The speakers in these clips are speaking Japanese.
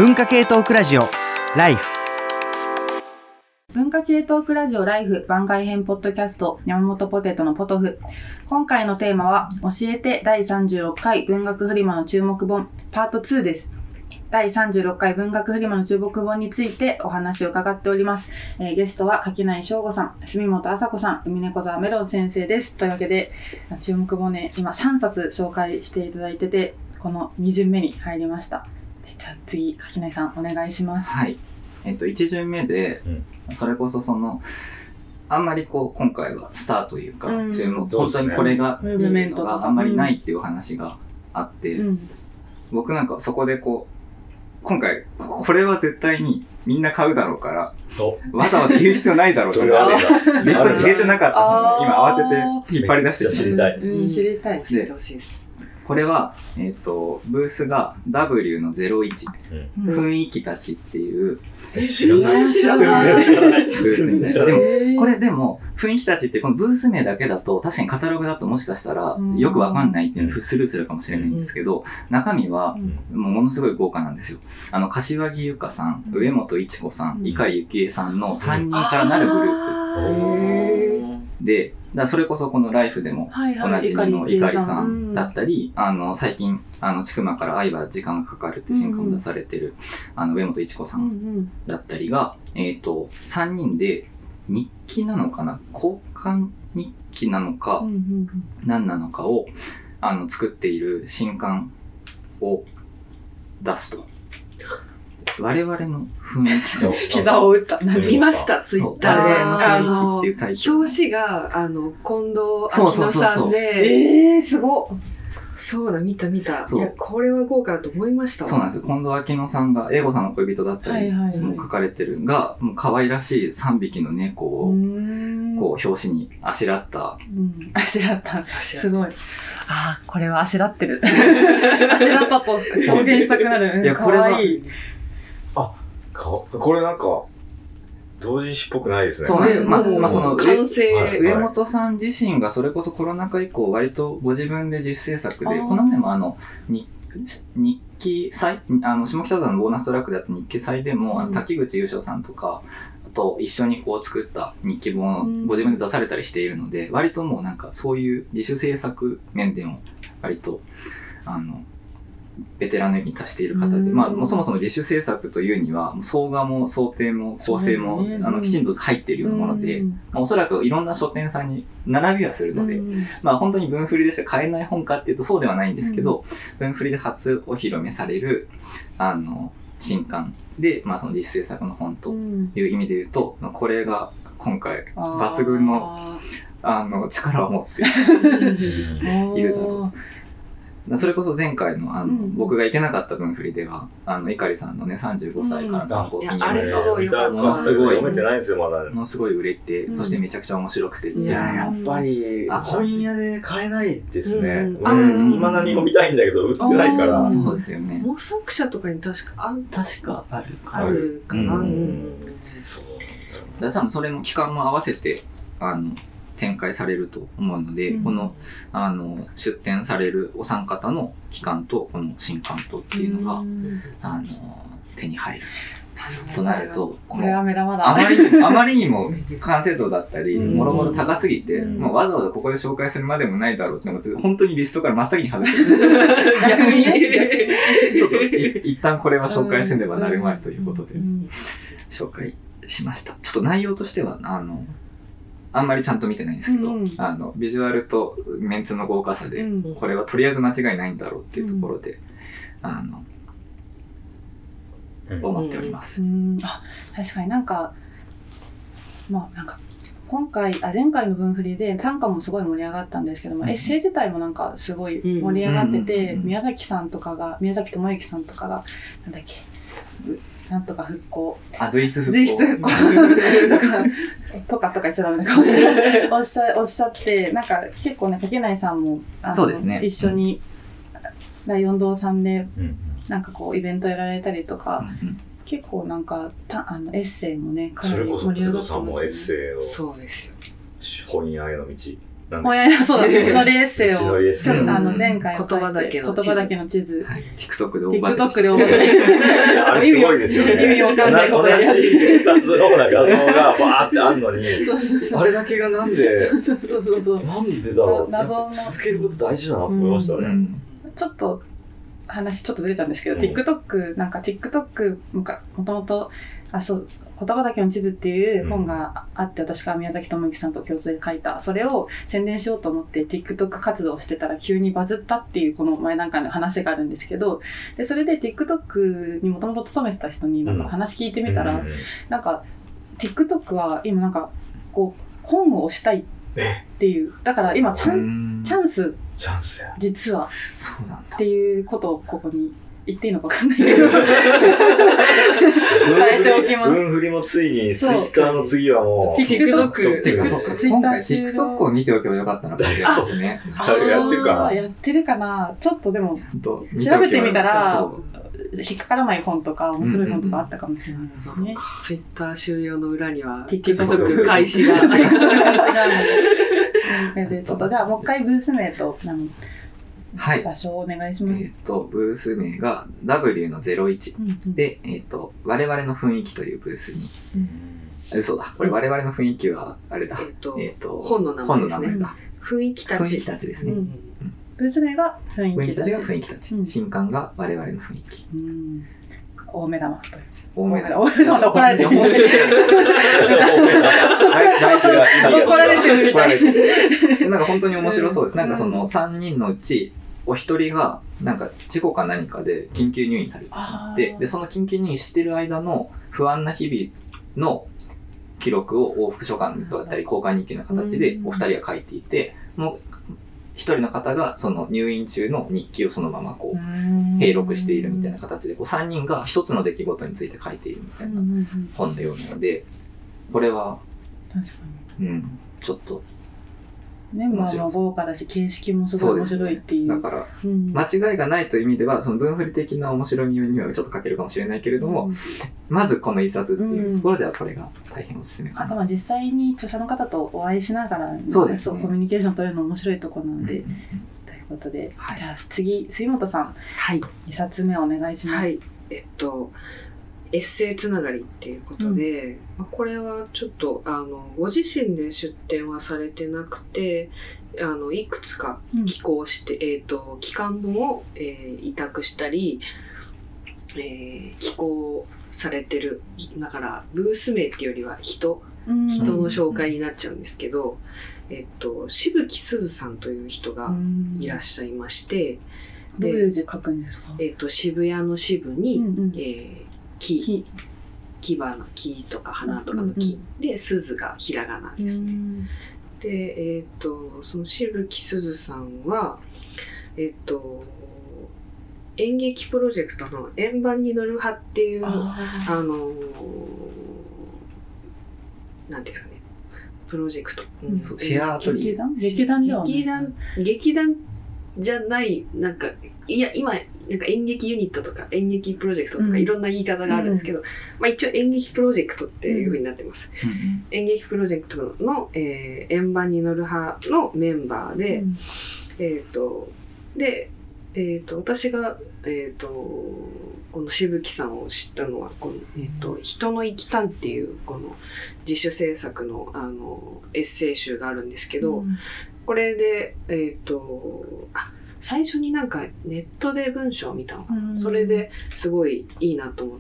文化系トークラジオライフ。 文化系トークラジオライフ番外編ポッドキャスト山本ポテトのポトフ。今回のテーマは教えて第36回文学フリマの注目本パート2です。第36回文学フリマの注目本についてお話を伺っております。ゲストは柿内翔吾さん、住本麻子さん、海猫沢メロン先生です。というわけで注目本ね、今3冊紹介していただいてて、この2巡目に入りました。じゃあ次柿内さんお願いします。 はい。1巡目で、それこそあんまり今回はスターというか、注目、本当にこれがっていうのがあんまりないっていう話があって、僕なんかそこで今回、これは絶対にみんな買うだろうから、わざわざ言う必要ないだろうと思って、リストに入れてなかったので、今慌てて引っ張り出して知りたい。 知りたい。 教えてほしいです。 これは、ブースが W の01、雰囲気たちっていう、 知らない。 ブースに。でも、雰囲気たちってこのブース名だけだと、確かにカタログだともしかしたらよくわかんないっていうのをスルーするかもしれないんですけど、中身はものすごい豪華なんですよ。柏木由香さん、上本一子さん、碇幸恵さんの3人からなるグループ。で、それこそこのライフでもおなじみの碇さんだったり、最近、ちくまから愛は時間がかかるって新刊も出されてる、上本一子さんだったりが、3人で日記なのかな、交換日記なのか、何なのかを、作っている新刊を出すと。我々の雰囲気の膝を打った。 見ました、ツイッターで。表紙が、近藤秋乃さんで。すごっ。そうだ、見た。いや、これは豪華だと思いましたわ。 そうなんですよ。近藤秋乃さんが、英語さんの恋人だったりも書かれてるが、もう可愛らしい3匹の猫を、表紙にあしらった。 すごい。これはあしらってる。あしらったと表現したくなる。 いや、これは。 これなんか、同人誌っぽくないですね。 そうなんです。 完成。 上本さん自身がそれこそコロナ禍以降、割とご自分で自主制作で、この前も日記祭、下北沢のボーナストラックであった日記祭でも、滝口優勝さんとか、と一緒に作った日記本をご自分で出されたりしているので、割ともうなんかそういう自主制作面でも、割と、ベテランの域に達している方で、もうそもそも自主制作というには、総画も想定も構成も、きちんと入っているようなもので、おそらくいろんな書店さんに並びはするので、本当に文振りでしか買えない本かっていうとそうではないんですけど、文振りで初お披露目される、新刊で、その自主制作の本という意味で言うと、これが今回抜群の、力を持っているだろう。それこそ前回の僕が行けなかった分振りでは、碇さんのね、35歳から単行本にあれすごいよかった。 ものすごい、 読めてないんですよ、まだ。 ものすごい売れて、そしてめちゃくちゃ面白くて。 いや、やっぱり、本屋で買えないですね。俺、未だに読みたいんだけど、売ってないから。 そうですよね。 妄想者とかに確かあるかな。 そう。だから多分それの期間も合わせて、展開されると思うので、この、出展されるお三方の期間と、この新刊とっていうのが、手に入る。となると、 これは目玉だ。 あまりにも完成度だったり、もろもろ高すぎて、もうわざわざここで紹介するまでもないだろうって思って、本当にリストから真っ先に外してる。 逆にね。 ちょっと一旦これは紹介せねばなるまいということで、紹介しました。ちょっと内容としては、あんまりちゃんと見てないんですけど、ビジュアルとメンツの豪華さで、これはとりあえず間違いないんだろうっていうところで、思っております。 確かになんか前回の分振りで短歌もすごい盛り上がったんですけども、エッセイ自体もなんかすごい盛り上がってて、宮崎智之さんとかが、なんだっけ、なんとか復興。 随筆復興。 とか言っちゃダメなかもしれない。おっしゃって、なんか結構ね、竹内さんも、 そうですね。 一緒に、ライオン堂さんで、なんかイベントやられたりとか、結構なんか、エッセイもね、かなり盛り上がってます。 それこそ、工藤さんもエッセイを。 そうですよ。 本屋への道。 本屋そうだ、うちのエッセイを、前回言葉だけの地図。 TikTok で大バズり。 あれすごいですよね。 意味わかんないことやる。 同じ生活の画像がバーってあるのに、あれだけがなんでだろう。続けること大事だなと思いましたね。 ちょっと、話ちょっとずれちゃうんですけど、TikTok もともと、言葉だけの地図っていう本があって、私が宮崎智之さんと共同で書いた、それを宣伝しようと思って TikTok 活動をしてたら急にバズったっていうこの前段階の話があるんですけど、で、それで TikTok にもともと勤めてた人になんか話聞いてみたら、なんか TikTok は今なんかこう本を押したいっていう、だから今チャンス実はっていうことをここに言っていいのか分かんないけど伝えておきます。 文振りもついにツイッターの次はもう TikTok 今回 TikTok を見ておけばよかったなってですね。 やってるかな。ちょっとでも調べてみたら引っかからない本とか面白い本とかあったかもしれないですね。 ツイッター終了の裏には TikTok 開始がちょっとじゃあもう一回ブース名と場所をお願いします。 ブース名が W の01で、我々の雰囲気というブースに、嘘だ。これ我々の雰囲気はあれだ。 本の名前ですね。雰囲気たちですね。 ブース名が雰囲気たち。 雰囲気たち。新刊が我々の雰囲気。 大目玉という。 大目玉で怒られてる。怒られてるみたい。 なんか本当に面白そうです。なんかその3人のうち、お一人が、なんか事故か何かで緊急入院されてしまって、で、その緊急入院してる間の不安な日々の記録を往復書簡だったり交換日記の形でお二人が書いていて、もう一人の方がその入院中の日記をそのままこう併録しているみたいな形で、3人が一つの出来事について書いているみたいな本で読むので、これは、ちょっと、 メンバーも豪華だし、形式もすごい面白いっていう。 だから、間違いがないという意味では、その文振り的な面白みにはちょっと欠けるかもしれないけれども、まずこの一冊っていうところではこれが大変おすすめかな。 あとは実際に著者の方とお会いしながら、 そうですね、 コミュニケーション取れるの面白いところなので、ということで、じゃあ次、杉本さん、2冊目お願いします。 エッセイつながりっていうことで、これはちょっとご自身で出展はされてなくて、いくつか寄稿して、期間本を、委託したり、寄稿されてる、だからブース名っていうよりは人の紹介になっちゃうんですけど、渋木すずさんという人がいらっしゃいまして、 どういう字書くんですか？ 渋谷の支部に、木花、木とか花とかの木、で鈴がひらがなですね。で、その渋木すずさんは演劇プロジェクトの円盤に乗る派っていうなんていうんですかね、プロジェクト、 シェアトリー劇団じゃない、なんか今なんか演劇ユニットとか演劇プロジェクトとかいろんな言い方があるんですけど、一応演劇プロジェクトっていう風になってます。演劇プロジェクトの、円盤に乗る派のメンバーで、私が、この渋木さんを知ったのはこの、人の生きたんっていうこの自主制作のエッセイ集があるんですけど、これで最初になんかネットで文章を見たのかな、それですごいいいなと思って、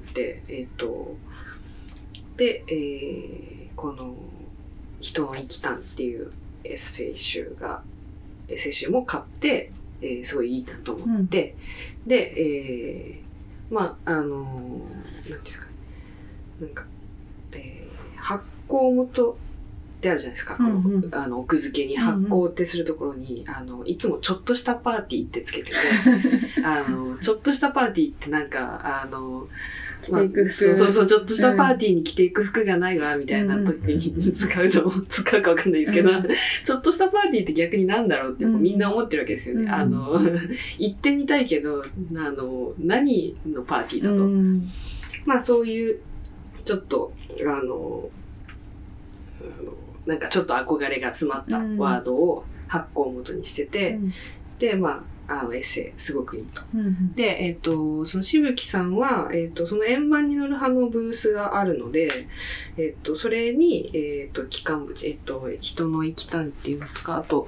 この人の生きたんっていうエッセイ集も買って、すごいいいなと思って、で、なんていうんですかね、なんか、発行元ってあるじゃないですか、奥付けに発行ってするところに、いつもちょっとしたパーティーってつけててちょっとしたパーティーってなんかちょっとしたパーティーに着ていく服がないわみたいな時に使うかわかんないですけど、ちょっとしたパーティーって逆になんだろうってみんな思ってるわけですよね。行ってみたいけど何のパーティーだと、そういうちょっとなんかちょっと憧れが詰まったワードを発行を元にしてて、で、まあ、エッセイすごくいいと。で、そのしぶきさんは、その円盤に乗る派のブースがあるので、それに、機関物、人の生きたんっていうのとか、あと、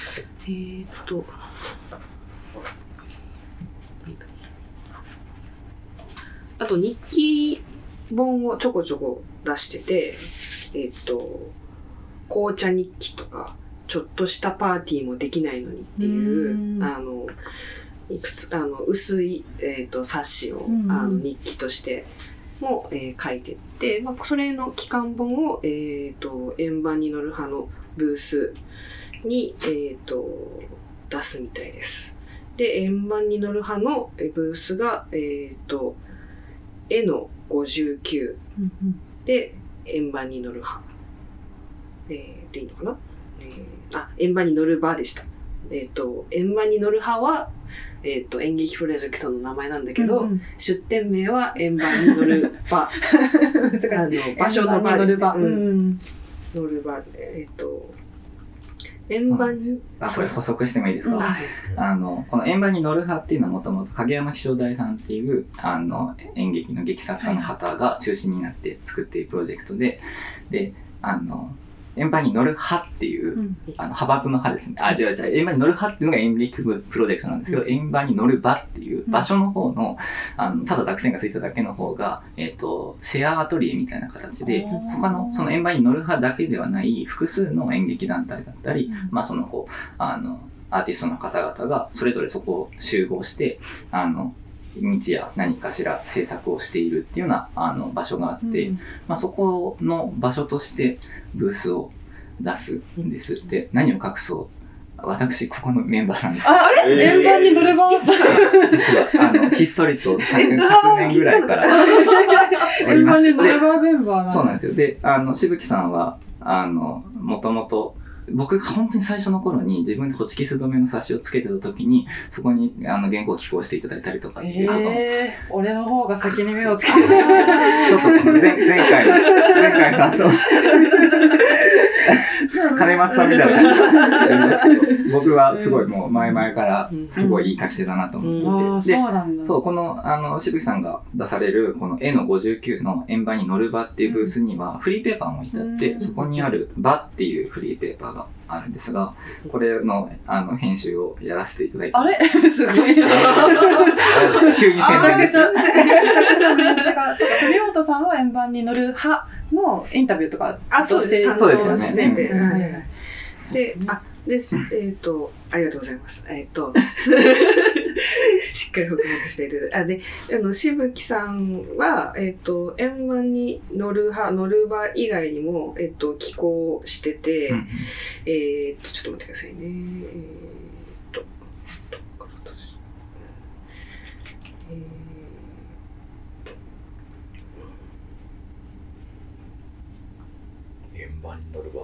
あと日記本をちょこちょこ出してて、紅茶日記とか、ちょっとしたパーティーもできないのにっていう、いくつ、薄い、冊子を、日記としても、書いてって、まあ、それの期間本を、円盤に乗る派のブースに、出すみたいです。で、円盤に乗る派のブースが、絵の59で、円盤に乗る派。でいいのかな？円盤に乗る場でした。円盤に乗る派は、演劇プロジェクトの名前なんだけど、出店名は円盤に乗る場。場所の場ですね。乗る場。円盤に。 これ補足してもいいですか？この円盤に乗る派っていうのはもともと影山気象台さんっていう、演劇の劇作家の方が中心になって作っているプロジェクトで、円盤に乗る派っていう、派閥の派ですね。違う。円盤に乗る派っていうのが演劇プロジェクトなんですけど、円盤に乗る場っていう場所の方の、ただ濁点がついただけの方が、シェアアトリエみたいな形で、他のその円盤に乗る派だけではない複数の演劇団体だったり、まあそのアーティストの方々がそれぞれそこを集合して、日夜何かしら制作をしているっていうような場所があって、まあ、そこの場所としてブースを出すんです。で、何を隠そう。私、ここのメンバーなんです。 あれ円盤に乗れば実は、ひっそりと昨年ぐらいからおりまして。 円盤に乗ればメンバーなんです。 そうなんですよ。で、しぶきさんは、もともと、僕が本当に最初の頃に自分でホチキス止めの冊子をつけてた時に、そこに原稿を寄稿していただいたりとかっていうことも。 俺の方が先に目をつけてちょっと前回担当金松さんみたいな僕はすごいもう前々からすごいいい書き手だなと思っていて、そうこのしぶきさんが出されるこの絵の59の円盤に乗る場っていうブースにはフリーペーパーも置いてあって、そこにある場っていうフリーペーパーがあるんですが、これの編集をやらせていただいてます。 あれすごい。 急に宣伝です。 杉本さんは円盤に乗る派のインタビューとかそうですね。 そうですよね。 で、ありがとうございます。しっかり報告していただいて。しぶきさんは、円盤に乗る場以外にも、寄稿してて、ちょっと待ってくださいね。 円盤に乗る場。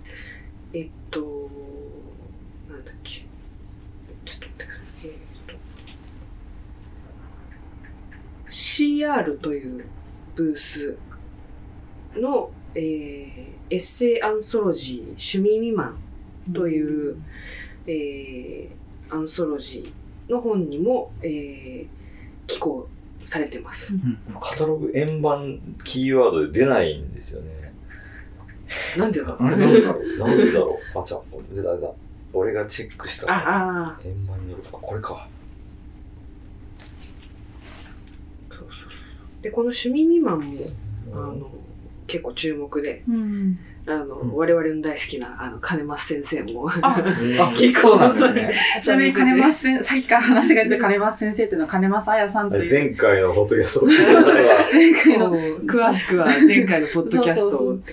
なんだっけ。ちょっと待ってください。CR というブースの、エッセイアンソロジー趣味未満という、アンソロジーの本にも、寄稿されてます。 カタログ円盤キーワードで出ないんですよね。 なんでだろう。 なんでだろう。出た。俺がチェックした円盤に乗るか。これか。 で、この趣味未満も、結構注目で、我々の大好きな、金増先生も、 結構なんですね。 ちなみに金増先生、さっきから話が出て金増先生っていうのは金増彩さんっていう。 前回のポッドキャスト。 前回の、詳しくは前回のポッドキャストを。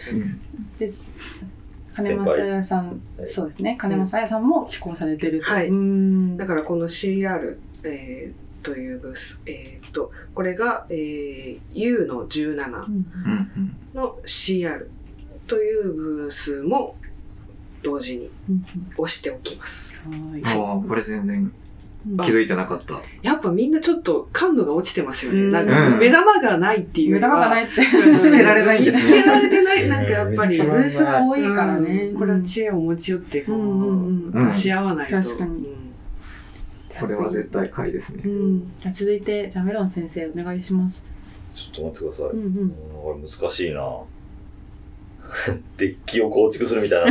金増彩さん、そうですね。金増彩さんも寄稿されてると。 はい。だからこの CR、というブース。これが、U の17の CR というブースも同時に押しておきます。 これ全然気づいてなかった。 やっぱみんなちょっと感度が落ちてますよね。なんか目玉がないっていう。 目玉がないって。 見つけられないんですね。 見つけられてない。なんかやっぱり。 ブースが多いからね。 これは知恵を持ち寄ってこう、出し合わないと。 確かに。 これは絶対買いですね。 じゃあ続いて、じゃあメロン先生お願いします。 ちょっと待ってください。これ難しいな。デッキを構築するみたいな。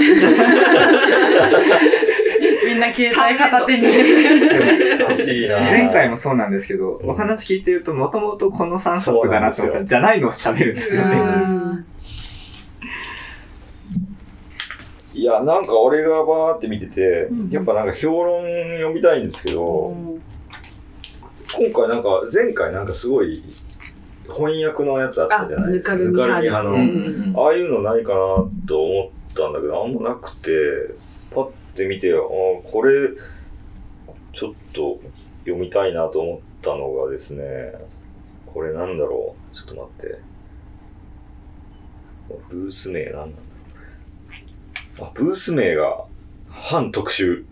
みんな携帯片手に。 難しいな。 前回もそうなんですけど、お話聞いてるともともとこの3色だなと思ったら、じゃないのを喋るんですよね。 いや、なんか俺がバーって見てて、やっぱなんか評論読みたいんですけど、今回なんか、前回なんかすごい、翻訳のやつあったじゃないですか。ぬかるみ派の。ああいうのないかなと思ったんだけど、あんまなくて、パッて見て、これ、ちょっと読みたいなと思ったのがですね、これなんだろう。ちょっと待って。ブース名なんなんだろう。ブース名が、反特集。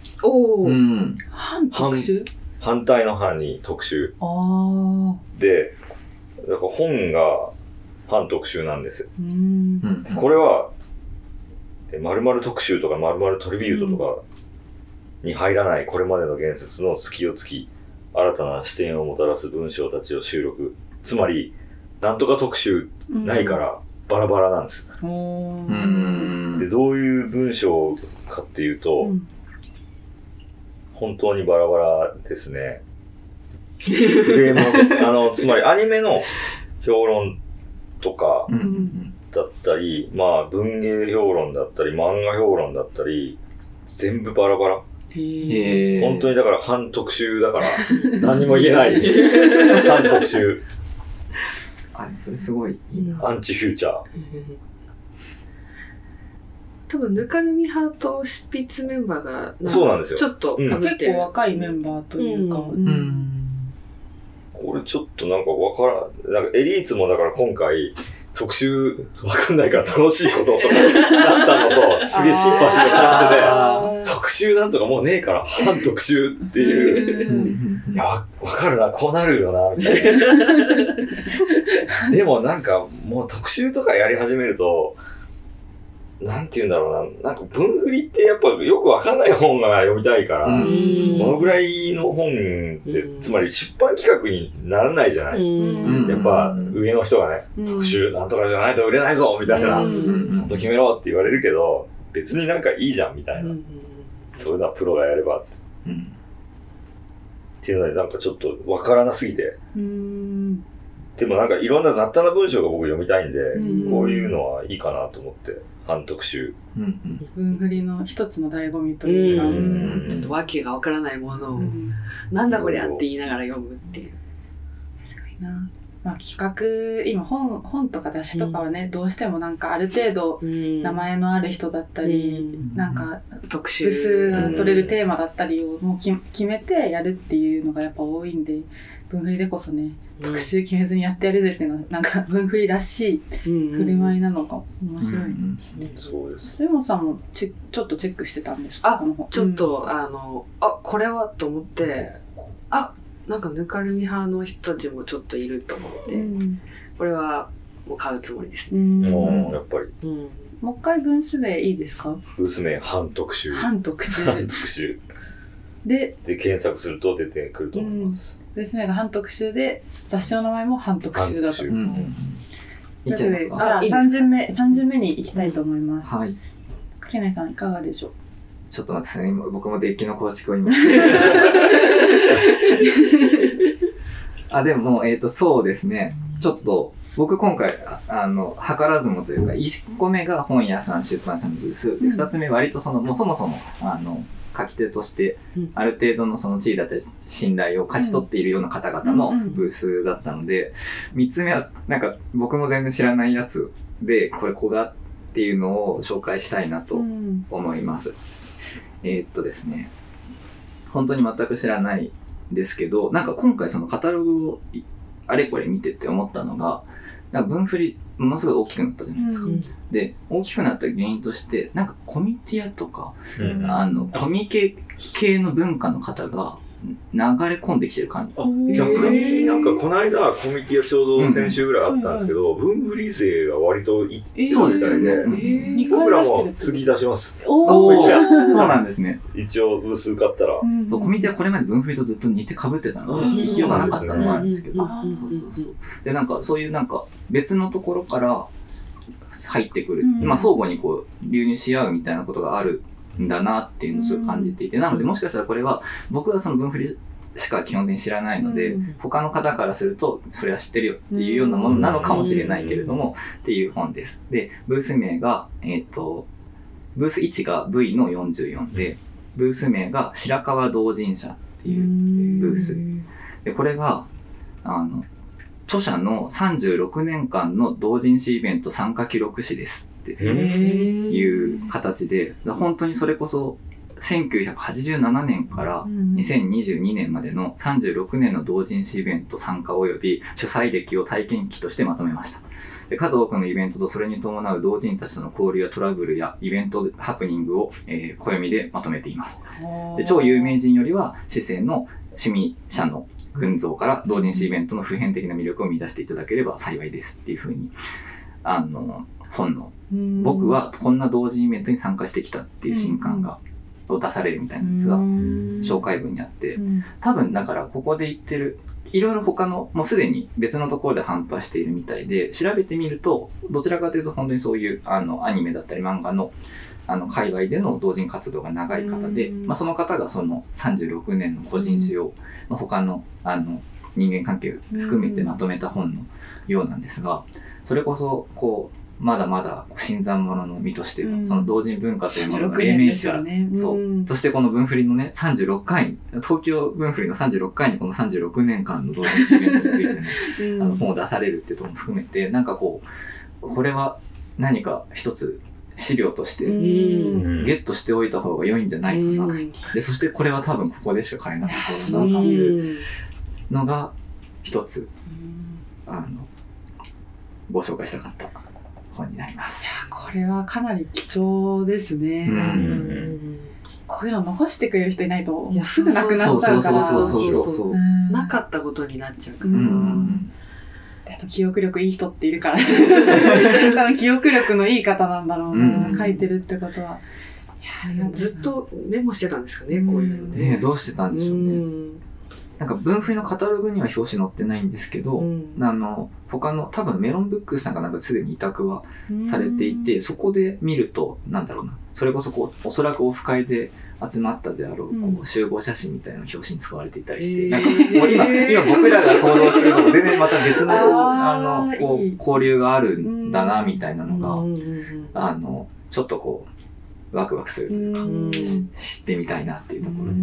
反特集？ 反対の反に特集。で、だから本が反特集なんですよ。これは、〇〇特集とか〇〇トリビュートとかに入らないこれまでの言説の隙を突き、新たな視点をもたらす文章たちを収録。つまり、なんとか特集ないからバラバラなんです。で、どういう文章かっていうと、本当にバラバラですね。つまりアニメの評論とかだったり、まあ文芸評論だったり、漫画評論だったり、全部バラバラ。本当にだから反特集だから何にも言えない。反特集。 それすごいいいな。 アンチフューチャー。 多分ぬかるみ派と執筆メンバーがそうなんですよ。 ちょっと被ってる、 結構若いメンバーというか、 これちょっとなんかなんかエリーツもだから今回特集わかんないから楽しいこととかなったのとすげえシンパシーな感じで特集なんとかもうねえから反特集っていういやわかるなこうなるよなみたいなでもなんかもう特集とかやり始めるとなんて言うんだろうな、なんか文振りってやっぱよくわかんない本が読みたいから、このぐらいの本って、つまり出版企画にならないじゃない。やっぱ上の人がね、特集なんとかじゃないと売れないぞみたいな、ちゃんと決めろって言われるけど、別になんかいいじゃんみたいな。そういうのはプロがやればって。っていうのでなんかちょっとわからなすぎて。でもなんかいろんな雑多な文章が僕読みたいんで、こういうのはいいかなと思って。反特集。 文振りの一つの醍醐味というか、 ちょっと訳がわからないものを、なんだこりゃって言いながら読むっていう。 確かにな。まあ企画、今本とか雑誌とかはね、どうしてもなんかある程度名前のある人だったり、なんか特集部数が取れるテーマだったりをもう決めてやるっていうのがやっぱ多いんで、文振りでこそね、特集決めずにやってやるぜっていうのはなんか文振りらしい振る舞いなのか面白い、 そうです。 レモンさんもちょっとチェックしてたんですか？ ちょっとこれはと思ってなんかぬかるみ派の人たちもちょっといると思って、これはもう買うつもりですね。 やっぱり、 もう一回分数名いいですか？ ブース名反特集。 反特集で検索すると出てくると思います。 ブース名が反特集で雑誌の名前も反特集だと。じゃあ3巡目に行きたいと思います。 はい。 ケネさんいかがでしょう？ ちょっと待ってください。今僕もデッキの構築を今。でもそうですね。ちょっと僕今回図らずもというか1個目が本屋さん出版社のブースで2つ目割ともうそもそも書き手としてある程度のその地位だったり信頼を勝ち取っているような方々のブースだったので、3つ目はなんか僕も全然知らないやつでこがっていうのを紹介したいなと思います。ですね、本当に全く知らないですけど、なんか今回そのカタログをあれこれ見てて思ったのが、なんか文振りものすごい大きくなったじゃないですか。で、大きくなった原因として、なんかコミティアとか、コミケ系の文化の方が流れ込んできてる感じ。 逆になんかこの間コミュニティがちょうど先週ぐらいあったんですけど、分振り勢が割といってるみたいで、僕らも次出します。 おー、そうなんですね。 一応ブース受かったら。 そう、コミュニティはこれまで分振りとずっと似て被ってたので、引きようがなかったのもあるんですけど。で、なんかそういうなんか別のところから入ってくる。まあ相互にこう流入し合うみたいなことがあるんだなっていうのをすごい感じていて、なのでもしかしたらこれは僕はその分振りしか基本的に知らないので、他の方からするとそれは知ってるよっていうようなものなのかもしれないけれども、っていう本です。で、ブース名が、ブース1が V の44で、ブース名が白川同人誌っていうブース。で、これが、著者の36年間の同人誌イベント参加記録誌ですっていう形で、本当にそれこそ1987年から2022年までの36年の同人誌イベント参加及び主催歴を体験記としてまとめました。で、数多くのイベントとそれに伴う同人たちとの交流やトラブルやイベントハプニングを、暦でまとめています。で、超有名人よりは市政の趣味者の群像から同人誌イベントの普遍的な魅力を見出していただければ幸いですっていうふうに、本の、僕はこんな同人イベントに参加してきたっていう新刊が、を出されるみたいなんですが、紹介文にあって、多分だからここで言ってる、いろいろ他の、もうすでに別のところで販売しているみたいで、調べてみると、どちらかというと本当にそういう、アニメだったり漫画の、界隈での同人活動が長い方で、まあその方がその36年の個人誌を、まあ、他の、人間関係を含めてまとめた本のようなんですが、それこそ、こう、まだまだ新参者の身としては、その同人文化というものの黎明期から、そう。そしてこの文振りのね、36回、東京文振りの36回にこの36年間の同人誌イベントについての、本を出されるっていうところも含めて、なんかこう、これは何か一つ資料としてゲットしておいた方が良いんじゃないかな。で、そしてこれは多分ここでしか買えなさそうだなっていうのが一つ、ご紹介したかった本になります。 いや、これはかなり貴重ですね。こういうの残してくれる人いないと、もうすぐなくなっちゃうから。 なかったことになっちゃうから。 あと記憶力いい人っているから。多分記憶力のいい方なんだろうな、書いてるってことは。 いや、ずっとメモしてたんですかね、こういうのね。 どうしてたんでしょうね。なんか文振りのカタログには表紙載ってないんですけど、他の多分メロンブックスさんがなんかすでに委託はされていて、そこで見ると、なんだろうな、それこそこう、おそらくオフ会で集まったであろう、こう集合写真みたいな表紙に使われていたりして、なんかもう今僕らが想像するのも全然また別のこう、交流があるんだな、みたいなのが、ちょっとこう、ワクワクするというか、知ってみたいなっていうところで。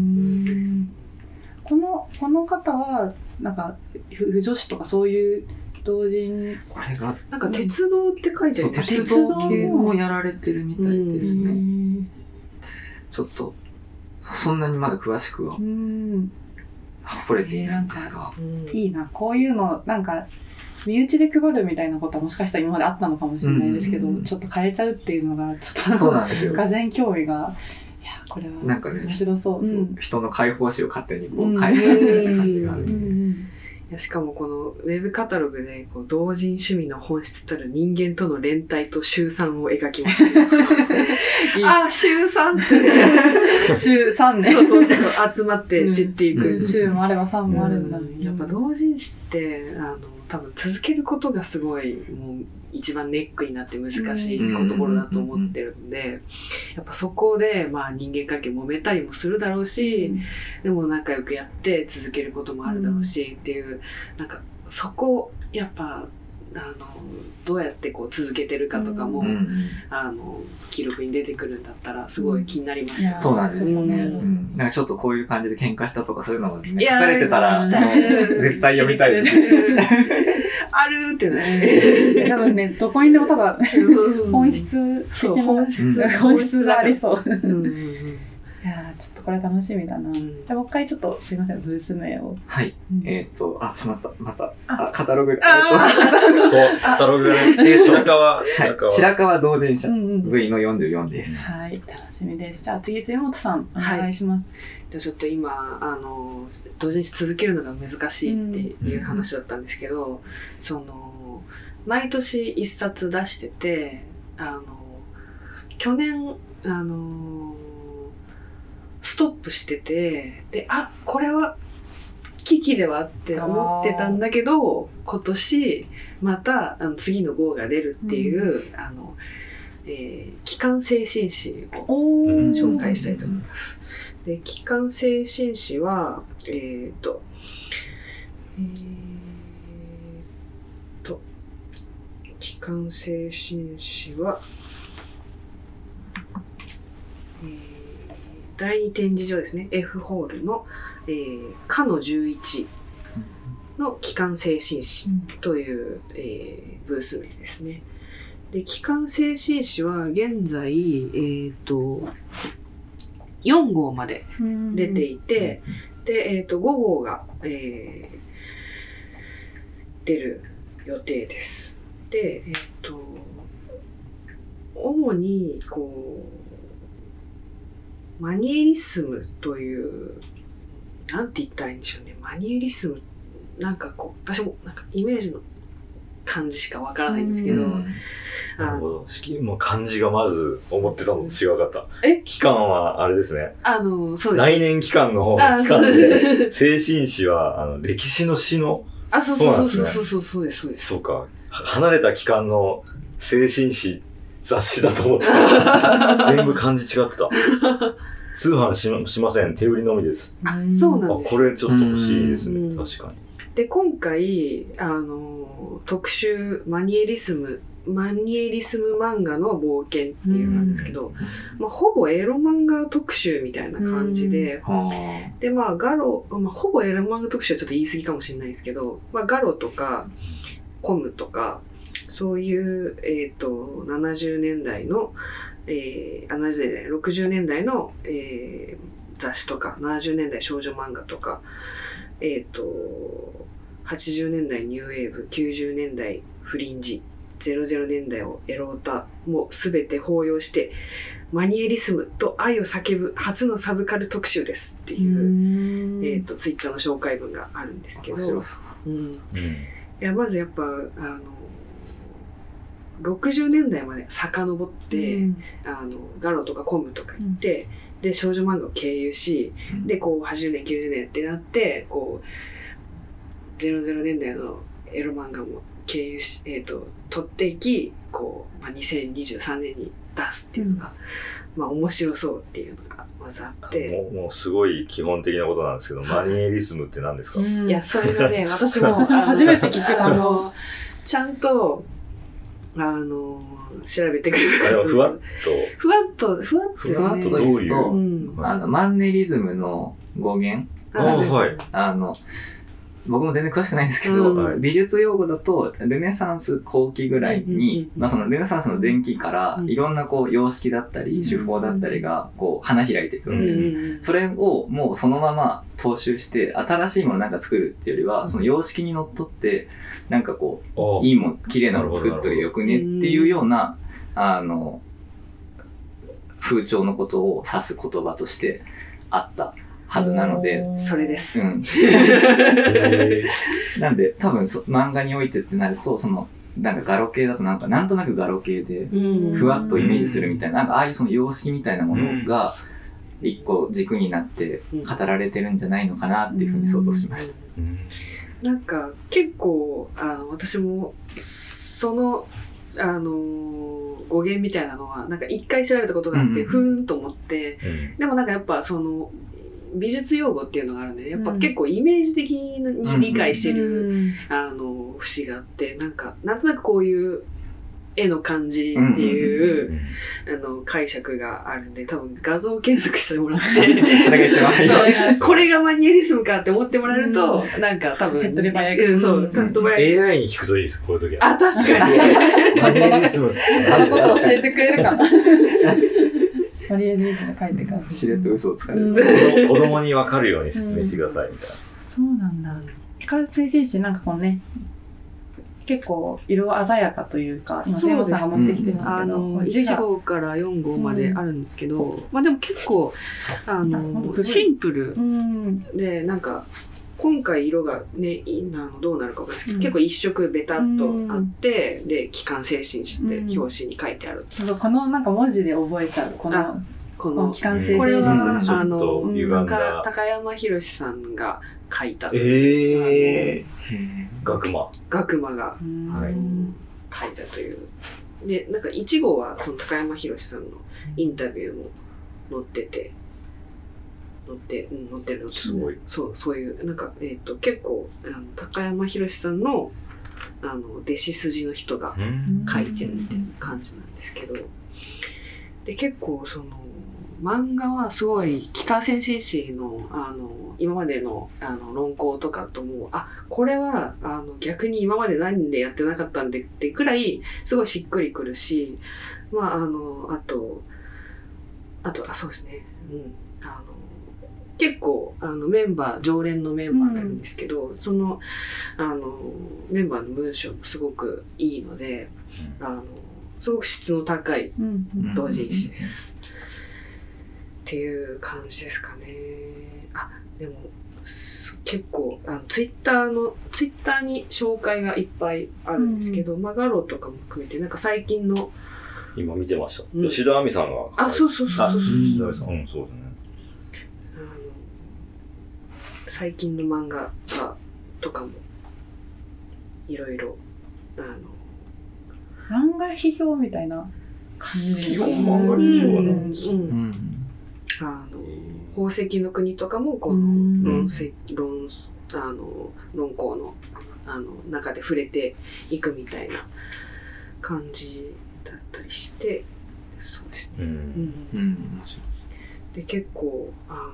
この方は、なんか、不女子とかそういう同人。 これが、 なんか鉄道って書いてある。 鉄道系もやられてるみたいですね。ちょっと、そんなにまだ詳しくは、掘れていないんですが。 いいな、こういうの、なんか、身内で配るみたいなことはもしかしたら今まであったのかもしれないですけど、ちょっと変えちゃうっていうのが、ちょっと、 そうなんですよ。 がぜん興味が。いや、これはなんかね、面白そう。 人の解放誌を勝手にこう変えてるみたいな感じがある。 いや、しかもこのウェブカタログでこう同人趣味の本質たる人間との連帯と集散を描きます。あ、集散って集散ね。 集まって散っていく。 集もあれば散もあるんだ。 やっぱ同人誌って多分続けることがすごいもう一番ネックになって難しいところだと思ってるんで、やっぱそこでまあ人間関係揉めたりもするだろうし、でも仲良くやって続けることもあるだろうしっていう、なんかそこやっぱどうやってこう続けてるかとかも、記録に出てくるんだったらすごい気になりますよね。 そうなんですよね。なんかちょっとこういう感じで喧嘩したとかそういうのも、ね、書かれてたら絶対読みたいです。 あるってね。 多分ね、どこにでも多分本質がありそう。いやー、ちょっとこれ楽しみだな。じゃあもう一回ちょっとすいません、ブース名を。 はい。しまった。また、カタログ。 そう、カタログがね、 白川同人誌 V の44です。 はい、楽しみです。じゃあ次、杉本さん、お願いします。 じゃあちょっと今、 同時に続けるのが難しいっていう話だったんですけど、毎年一冊出してて、去年、ストップしてて、で、これは危機ではって思ってたんだけど、今年また次の号が出るっていう、気管精神史を紹介したいと思います。で、気管精神史は、気管精神史は、第2展示場ですね、F ホールの、かの11の気管精神史という、ブース名ですね。で、気管精神史は現在、4号まで出ていて、で、5号が、出る予定です。で、主に、マニエリスムという、なんて言ったらいいんでしょうね。マニエリスム、私もイメージの漢字しかわからないんですけど。 なるほど。もう漢字がまず思ってたのと違うかった。期間はあれですね。 そうです。 来年期間の期間で、精神史は、歴史の史の。 そうです。 そうか。離れた期間の精神史雑誌だと思ってた。全部漢字違ってた。通販しません。手売りのみです。 そうなんです。 これちょっと欲しいですね。確かに。 で、今回、特集、マニエリスム漫画の冒険っていうなんですけど、ほぼエロ漫画特集みたいな感じで、で、ガロ、ほぼエロ漫画特集はちょっと言い過ぎかもしれないですけど、ガロとか、コムとか、そういう、70年代の、60年代の、雑誌とか、70年代少女漫画とか、80年代ニューウェーブ、90年代フリンジ、00年代をエロオタも全て包容して、マニエリスムと愛を叫ぶ初のサブカル特集ですっていう、ツイッターの紹介文があるんですけど、いや、まずやっぱ、60年代まで遡って、ガロとかコムとか行って、で、少女漫画を経由し、で、80年、90年ってなって、00年代のエロ漫画も経由し、取っていき、2023年に出すっていうのが、面白そうっていうのがまずあって。 もうすごい基本的なことなんですけど、マニエリスムって何ですか？ いや、それがね、私も初めて聞くちゃんと、調べてくれる。 ふわっととどういう、 マンネリズムの語源。僕も全然詳しくないんですけど、美術用語だとルネサンス後期ぐらいに、そのルネサンスの前期からいろんな様式だったり手法だったりが花開いていくわけです。それをもうそのまま踏襲して新しいものなんか作るっていうよりは、その様式にのっとってなんかいいもん綺麗なの作っとけよくねっていうような風潮のことを指す言葉としてあったはずなので、 それです。 なんで多分漫画においてってなると、なんかガロ系だとなんとなくガロ系でふわっとイメージするみたいな、ああいうその様式みたいなものが一個軸になって語られてるんじゃないのかなっていうふうに想像しました。 なんか結構私もその語源みたいなのはなんか一回調べたことがあってふーんと思って、でもなんかやっぱ美術用語っていうのがあるんで、やっぱ結構イメージ的に理解してる、節があって、なんとなくこういう絵の感じっていう、解釈があるんで、多分画像検索してもらって、 それが一番いい。 これがマニエリスムかって思ってもらえると、なんか多分、 ペットで早く。 そう、ペット早く。 AI に聞くといいです、こういう時は。 あ、確かに。 マニエリスム。 こと教えてくれるかな。マニエリズム書いてからしれっと嘘をつかれる。 子供に分かるように説明してくださいみたいな。 そうなんだ。気管精神史なんか結構色鮮やかというか、今、瀬野さんが持ってきてますけど、 1号から4号まであるんですけど、まあでも結構、シンプルで、なんか、今回色がね、どうなるかわかんないですけど、結構一色ベタっとあって、で、機関精神して表紙に書いてある。 このなんか文字で覚えちゃう、この機関精神。 これは、 高山博さんが書いた。学馬が書いたという。で、なんか1号はその高山博さんのインタビューも載ってるのすごい。 そういう、なんか、結構、高山博さんの、弟子筋の人が書いてるみたいな感じなんですけど、で、結構、漫画はすごい、北先生史の、今までの、論考とかとも、これは、逆に今まで何でやってなかったんでってくらい、すごいしっくりくるし、まあ、あと、そうですね、結構、常連のメンバーがいるんですけど、その、メンバーの文章もすごくいいので、すごく質の高い同人誌です。っていう感じですかね。でも、結構、ツイッターに紹介がいっぱいあるんですけど、ガロとかも含めて、なんか最近の、 今見てました。吉田亜美さんが。 そう。吉田亜美さん。そうですね。 最近の漫画とかもいろいろ漫画批評みたいな感じで基本漫画批評なんですよ。 宝石の国とかもこの論考の中で触れていくみたいな感じだったりして、そうですね。で結構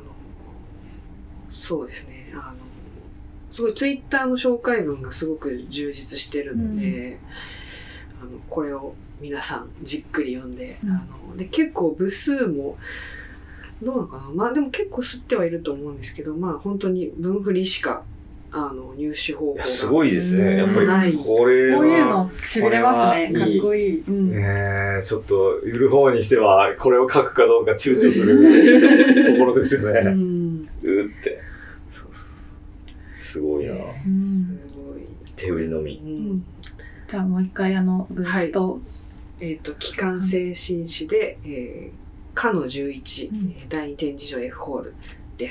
そうですね。すごいツイッターの紹介文がすごく充実してるので、これを皆さんじっくり読んで、で結構部数もどうなのかな。でも結構吸ってはいると思うんですけど、本当に文振りしか入手方法がすごいですね。やっぱりこれはこういうの痺れますね。かっこいい。 ちょっと売る方にしてはこれを書くかどうか躊躇するところですよね。ってすごいな。すごい手売りのみ。 じゃあもう一回ブースト。 機関精神史でかの11、第2展示場 F ホールです。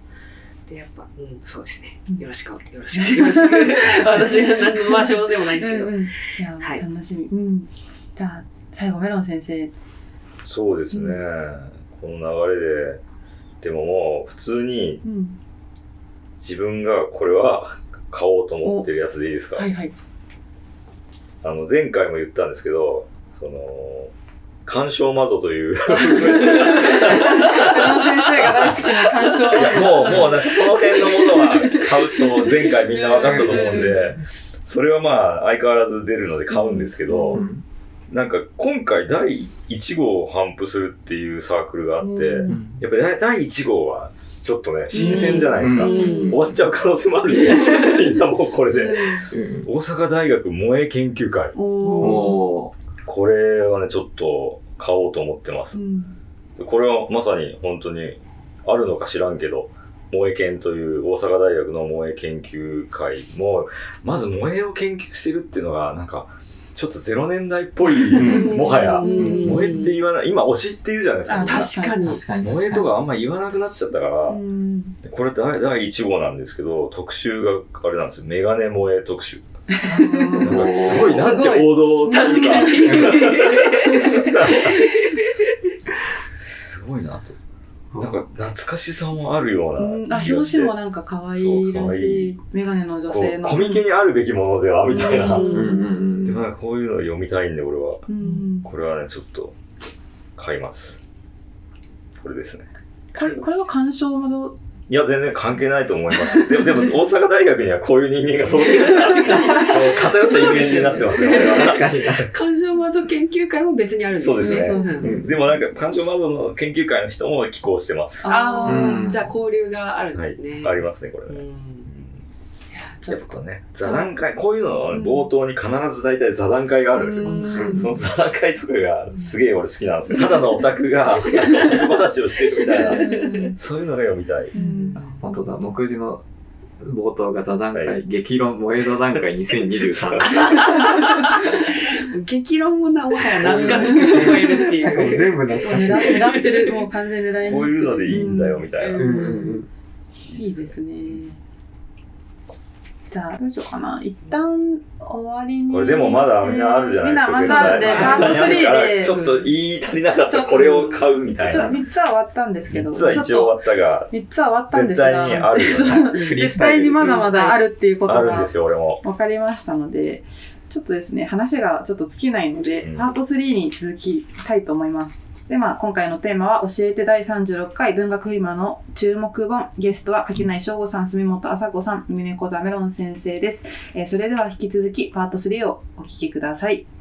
でやっぱそうですね。よろしく私が何の場所でもないですけど。 いや楽しみ。じゃあ最後メロン先生。 そうですね。この流れでももう普通に自分がこれは買おうと思ってるやつでいいですか？ はいはい。 前回も言ったんですけど、鑑賞マゾという先生が大好きな鑑賞マゾ。 いやもうなんかその辺のものは買うと前回みんな分かったと思うんで、それは相変わらず出るので買うんですけど、なんか今回第1号を頒布するっていうサークルがあって、やっぱり第1号はちょっとね、新鮮じゃないですか。終わっちゃう可能性もあるし、みんなもうこれで。大阪大学萌え研究会。これはね、ちょっと買おうと思ってます。これはまさに本当にあるのか知らんけど、萌え研という大阪大学の萌え研究会も、まず萌えを研究してるっていうのが、なんか、ちょっと0年代っぽい、もはや、萌えって言わない、今推しって言うじゃないですか。 確かに。 萌えとかあんま言わなくなっちゃったから、これ第1号なんですけど、特集があれなんですよ。メガネ萌え特集。なんかすごい、なんて王道っていうか。確かに。すごいなと。なんか懐かしさもあるような気がして。 表紙もなんか可愛いらしい。メガネの女性の。 コミケにあるべきものでは、みたいな。でもなんかこういうの読みたいんで、俺は。これはね、ちょっと買います。これですね。 これは鑑賞マゾ？ いや、全然関係ないと思います。でも大阪大学にはこういう人間が揃ってる。偏ったイメージになってますよ、 確かに。鑑賞マゾ研究会も別にあるんですね。 そうですね。でもなんか、鑑賞マゾの研究会の人も寄稿してます。 じゃあ交流があるんですね。 ありますね、これね。 ちちょっとね、座談会、こういうのの冒頭に必ず大体座談会があるんですよ。その座談会とかがすげえ俺好きなんですよ。ただのオタクがオタク話をしてるみたいな、そういうのが読みたい。 本当だ、目次の冒頭が座談会、激論萌え座談会2023。 激論ももはや懐かしく聞こえるっていう。 全部懐かしい。 狙ってる、もう完全に狙いに。 こういうのでいいんだよ、みたいな。 いいですね。じゃあ、どうしようかな。一旦終わりに。 これでもまだみんなあるじゃないですか。 みんなまだあるんで、パート3で。 ちょっと言い足りなかったこれを買うみたいな。 3つは終わったんですけど。 3つは一応終わったが。 3つは終わったんですが。 絶対にあるよね。 絶対にまだまだあるっていうことが。 あるんですよ、俺も。 わかりましたので、ちょっとですね、話がちょっと尽きないので、パート3に続きたいと思います。で、今回のテーマは、教えて第36回文学フリマの注目本。ゲストは、柿内翔吾さん、住本麻子さん、峰子座メロン先生です。それでは引き続き、パート3をお聞きください。